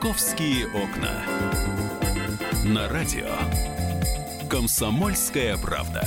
«Московские окна». На радио «Комсомольская правда».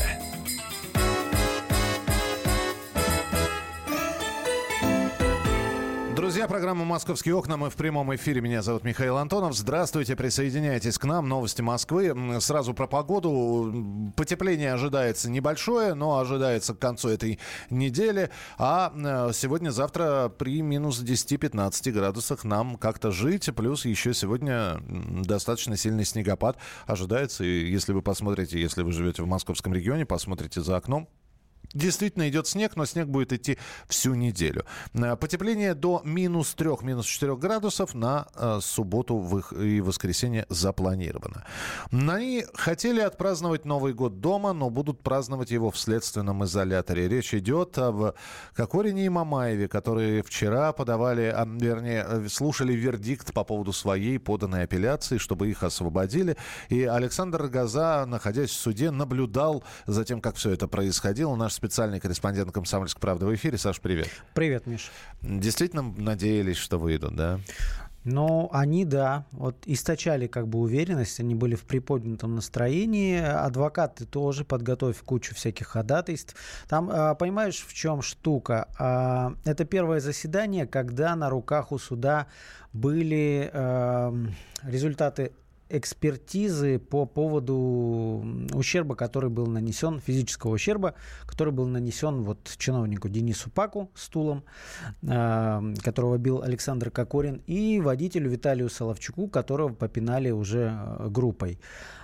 Друзья, программа «Московские окна». Мы в прямом эфире. Меня зовут Михаил Антонов. Здравствуйте, присоединяйтесь к нам. Новости Москвы. Сразу про погоду. Потепление ожидается небольшое, но ожидается к концу этой недели. А сегодня-завтра при минус 10-15 градусах нам как-то жить. Плюс еще сегодня достаточно сильный снегопад ожидается. И если вы посмотрите, если вы живете в московском регионе, посмотрите за окном, действительно идет снег, но снег будет идти всю неделю. Потепление до минус 3, минус 4 градусов на субботу и воскресенье запланировано. Они хотели отпраздновать Новый год дома, но будут праздновать его в следственном изоляторе. Речь идет об Кокорине и Мамаеве, которые вчера слушали вердикт по поводу своей поданной апелляции, чтобы их освободили. И Александр Рогоза, находясь в суде, наблюдал за тем, как все это происходило. Наш специальный корреспондент «Комсомольской правды» в эфире. Саш, привет. Привет, Миш. Действительно надеялись, что выйдут, да? Ну, они, да, вот источали как бы уверенность, они были в приподнятом настроении, адвокаты тоже, подготовив кучу всяких ходатайств. Там, понимаешь, в чем штука? Это первое заседание, когда на руках у суда были результаты экспертизы по поводу ущерба, который был нанесен, физического ущерба, который был нанесен вот чиновнику Денису Паку стулом, которого бил Александр Кокорин, и водителю Виталию Соловчуку, которого попинали уже группой.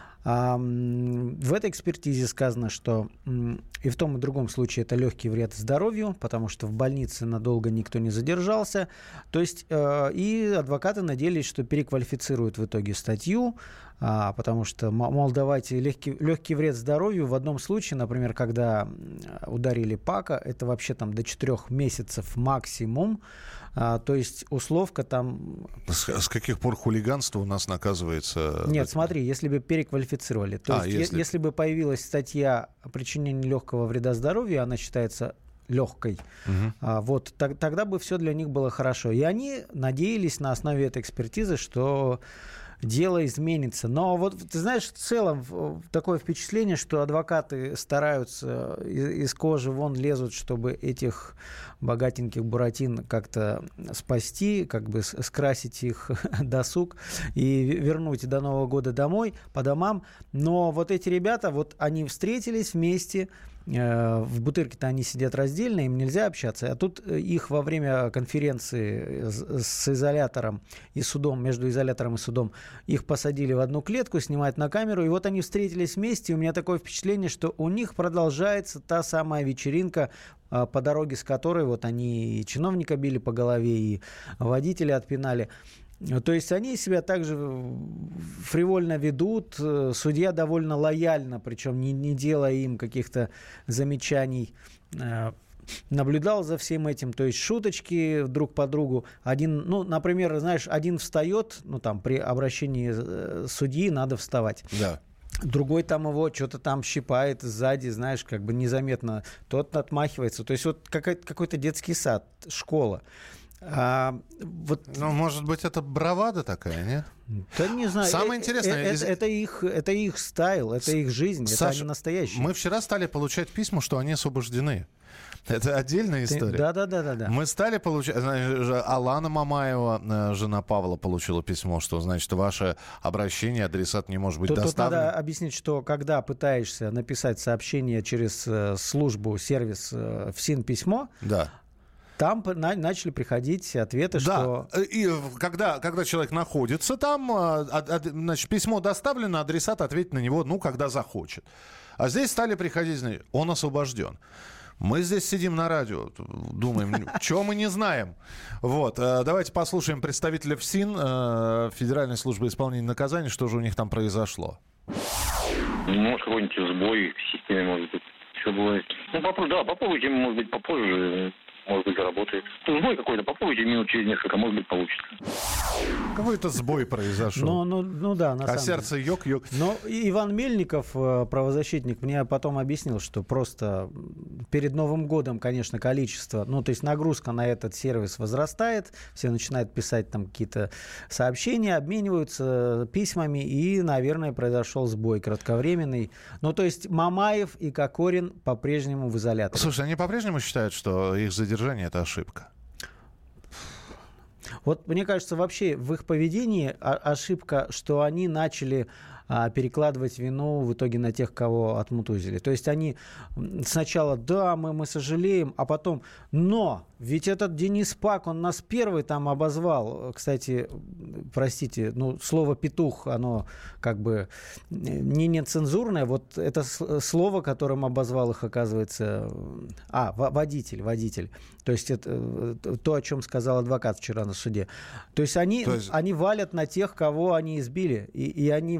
В этой экспертизе сказано, что и в том и другом случае это легкий вред здоровью, потому что в больнице надолго никто не задержался. То есть и адвокаты надеялись, что переквалифицируют в итоге статью, потому что, мол, давайте легкий вред здоровью в одном случае, например, когда ударили Пака, это вообще там до 4 месяцев максимум. То есть условка там... С каких пор хулиганство у нас наказывается? Нет, смотри, если бы переквалифицировали, то есть если бы появилась статья о причинении легкого вреда здоровью, она считается легкой, вот тогда бы все для них было хорошо. И они надеялись на основе этой экспертизы, что дело изменится. Но вот ты знаешь, в целом такое впечатление, что адвокаты стараются, из кожи вон лезут, чтобы этих богатеньких буратин как-то спасти, как бы скрасить их досуг и вернуть до Нового года домой, по домам. Но вот эти ребята, вот они встретились вместе, в Бутырке-то они сидят раздельно, им нельзя общаться, а тут их во время конференции с изолятором и судом, между изолятором и судом, их посадили в одну клетку, снимают на камеру, и вот они встретились вместе, и у меня такое впечатление, что у них продолжается та самая вечеринка, по дороге с которой вот они и чиновника били по голове, и водителя отпинали. То есть они себя также фривольно ведут, судья довольно лояльно, причем не делая им каких-то замечаний, наблюдал за всем этим, то есть шуточки друг по другу. Один, например, знаешь, один встает, при обращении судьи надо вставать. Да. Другой там его что-то там щипает сзади, знаешь, как бы незаметно. Тот отмахивается. То есть вот какой-то детский сад, школа. Может быть, это бравада такая, нет? Да не знаю. Самое интересное... Это их стайл, это их жизнь, Саша, это они настоящие. Мы вчера стали получать письма, что они освобождены. Это отдельная история. Да. Мы стали получать... Алана Мамаева, жена Павла, получила письмо, что, значит, ваше обращение, адресат не может быть доставлен. Тут надо объяснить, что когда пытаешься написать сообщение через службу, сервис ФСИН письмо... Да. Там начали приходить ответы, что... Да, и когда человек находится там, значит, письмо доставлено, адресат ответит на него, когда захочет. А здесь стали приходить, он освобожден. Мы здесь сидим на радио, думаем, чего мы не знаем. Вот, давайте послушаем представителя ФСИН, Федеральной службы исполнения наказаний, что же у них там произошло. Может, какой-нибудь сбой в системе, может быть, еще бывает. Попробуйте, может быть, попозже. может быть, заработает. Сбой какой-то, попробуйте минут через несколько, может быть, получится. Какой-то сбой произошел. Ну да, на самом деле. Сердце ёк-ёк. Но Иван Мельников, правозащитник, мне потом объяснил, что просто перед Новым годом, конечно, количество, то есть нагрузка на этот сервис возрастает, все начинают писать там какие-то сообщения, обмениваются письмами, и, наверное, произошел сбой кратковременный. То есть Мамаев и Кокорин по-прежнему в изоляторе. Слушай, они по-прежнему считают, что их задержание – это ошибка? Вот мне кажется, вообще в их поведении ошибка, что они начали перекладывать вину в итоге на тех, кого отмутузили. То есть они сначала, да, мы сожалеем, а потом, но ведь этот Денис Пак, он нас первый там обозвал. Кстати, простите, слово «петух», оно как бы не нецензурное. Вот это слово, которым обозвал их, оказывается, водитель. То есть это то, о чем сказал адвокат вчера на суде. То есть они валят на тех, кого они избили. И они...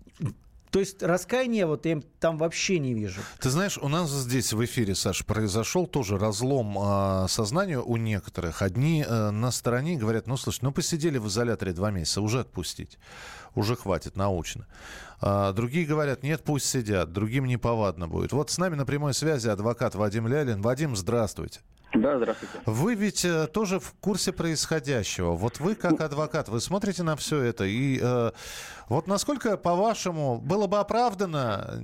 То есть раскаяния вот я там вообще не вижу. Ты знаешь, у нас здесь в эфире, Саш, произошел тоже разлом сознания у некоторых. Одни на стороне говорят, слушай, посидели в изоляторе 2 месяца, уже отпустить. Уже хватит, научно. Другие говорят, нет, пусть сидят, другим неповадно будет. Вот с нами на прямой связи адвокат Вадим Лялин. Вадим, здравствуйте. Да, здравствуйте. Вы ведь тоже в курсе происходящего. Вот вы, как адвокат, вы смотрите на все это. И вот насколько, по-вашему, было бы оправдано,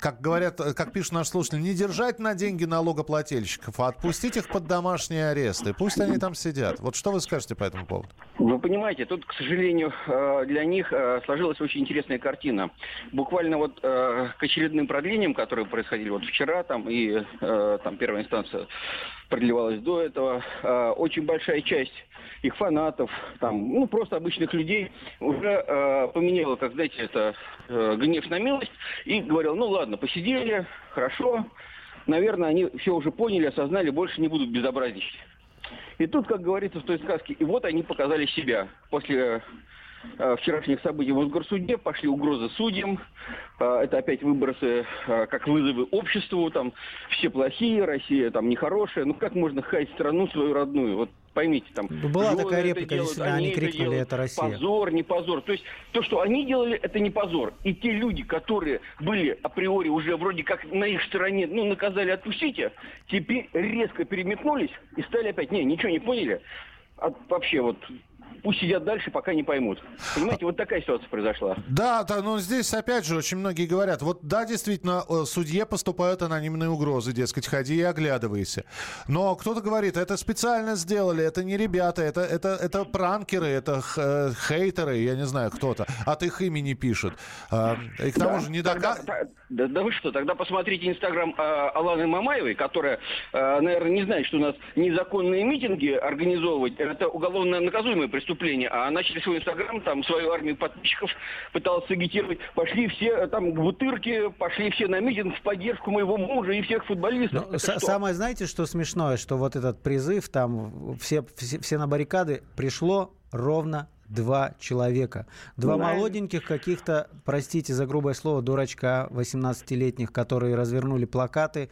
как пишут наши слушатели, не держать на деньги налогоплательщиков, а отпустить их под домашний арест, и пусть они там сидят. Вот что вы скажете по этому поводу? Вы понимаете, тут, к сожалению, для них сложилась очень интересная картина. Буквально вот к очередным продлениям, которые происходили вот вчера, и первая инстанция продлевалась до этого, очень большая часть их фанатов, просто обычных людей уже поменяла, как, знаете, это гнев на милость, и говорил, ладно, посидели, хорошо, наверное, они все уже поняли, осознали, больше не будут безобразничать. И тут, как говорится в той сказке, и вот они показали себя. После вчерашних событий в Мосгорсуде пошли угрозы судьям, это опять выбросы как вызовы обществу, все плохие, Россия нехорошая, как можно хаять страну свою родную, вот поймите, была такая реплика, действительно, они крикнули, это Россия. Позор, не позор. То есть то, что они делали, это не позор. И те люди, которые были априори уже вроде как на их стороне, наказали, отпустите, теперь резко переметнулись и стали опять, ничего не поняли, вообще пусть сидят дальше, пока не поймут. Понимаете, вот такая ситуация произошла. Да, здесь опять же очень многие говорят, действительно, судье поступают анонимные угрозы, дескать, ходи и оглядывайся. Но кто-то говорит, это специально сделали, это не ребята, это пранкеры, это хейтеры, я не знаю, кто-то. От их имени пишут. И к тому же не доказывают. Да вы что, тогда посмотрите Инстаграм Аланы Мамаевой, которая, наверное, не знает, что у нас незаконные митинги организовывать, это уголовно наказуемое преступление. А она через свой Инстаграм, свою армию подписчиков пыталась агитировать. Пошли все к Бутырке, пошли все на митинг в поддержку моего мужа и всех футболистов. Самое, знаете, что смешное, что вот этот призыв, все на баррикады, пришло ровно 2 человека. 2 молоденьких каких-то, простите за грубое слово, дурачка 18-летних, которые развернули плакаты.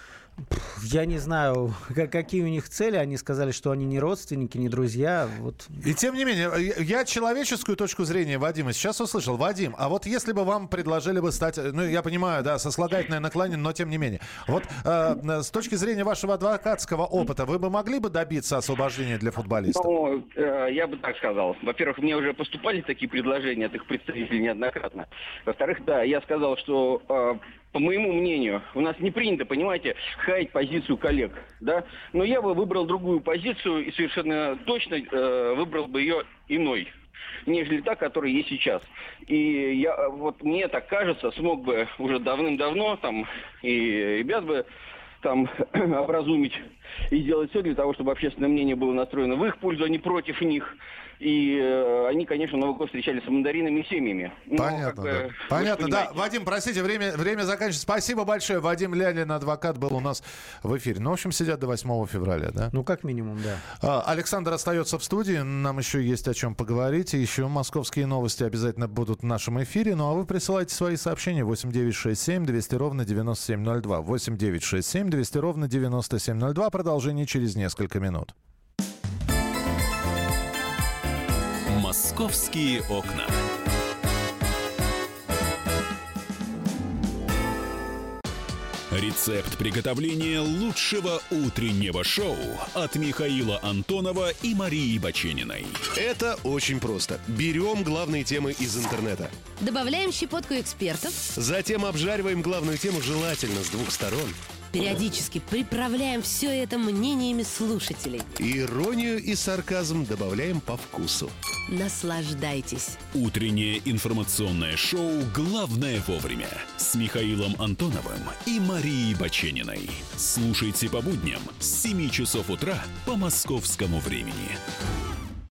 Я не знаю, какие у них цели. Они сказали, что они не родственники, не друзья. И тем не менее, я человеческую точку зрения Вадима сейчас услышал. Вадим, а вот если бы вам предложили бы стать, я понимаю, да, сослагательное наклонение, но тем не менее. С точки зрения вашего адвокатского опыта, вы бы могли бы добиться освобождения для футболистов? Я бы так сказал. Во-первых, мне уже поступали такие предложения от их представителей неоднократно. Во-вторых, да, я сказал, что... По моему мнению, у нас не принято, понимаете, хаять позицию коллег, да? Но я бы выбрал другую позицию и совершенно точно выбрал бы ее иной, нежели та, которая есть сейчас. И мне так кажется, смог бы уже давным-давно и ребят бы образумить и сделать все для того, чтобы общественное мнение было настроено в их пользу, а не против них. И они, конечно, Новый год встречали с мандаринами и семьями. Понятно, Понятно, да. Вадим, простите, время заканчивается. Спасибо большое. Вадим Лялин, адвокат, был у нас в эфире. В общем, сидят до 8 февраля, да? Как минимум, да. Александр остается в студии. Нам еще есть о чем поговорить. Еще московские новости обязательно будут в нашем эфире. А вы присылайте свои сообщения 8 9 6 7 200 ровно 9702. 8 9 6 7 200 ровно 9702. Продолжение через несколько минут. «Московские окна». Рецепт приготовления лучшего утреннего шоу от Михаила Антонова и Марии Бачениной. Это очень просто. Берем главные темы из интернета. Добавляем щепотку экспертов. Затем обжариваем главную тему желательно с двух сторон. Периодически приправляем все это мнениями слушателей. Иронию и сарказм добавляем по вкусу. Наслаждайтесь. Утреннее информационное шоу «Главное вовремя» с Михаилом Антоновым и Марией Бачениной. Слушайте по будням с 7 часов утра по московскому времени.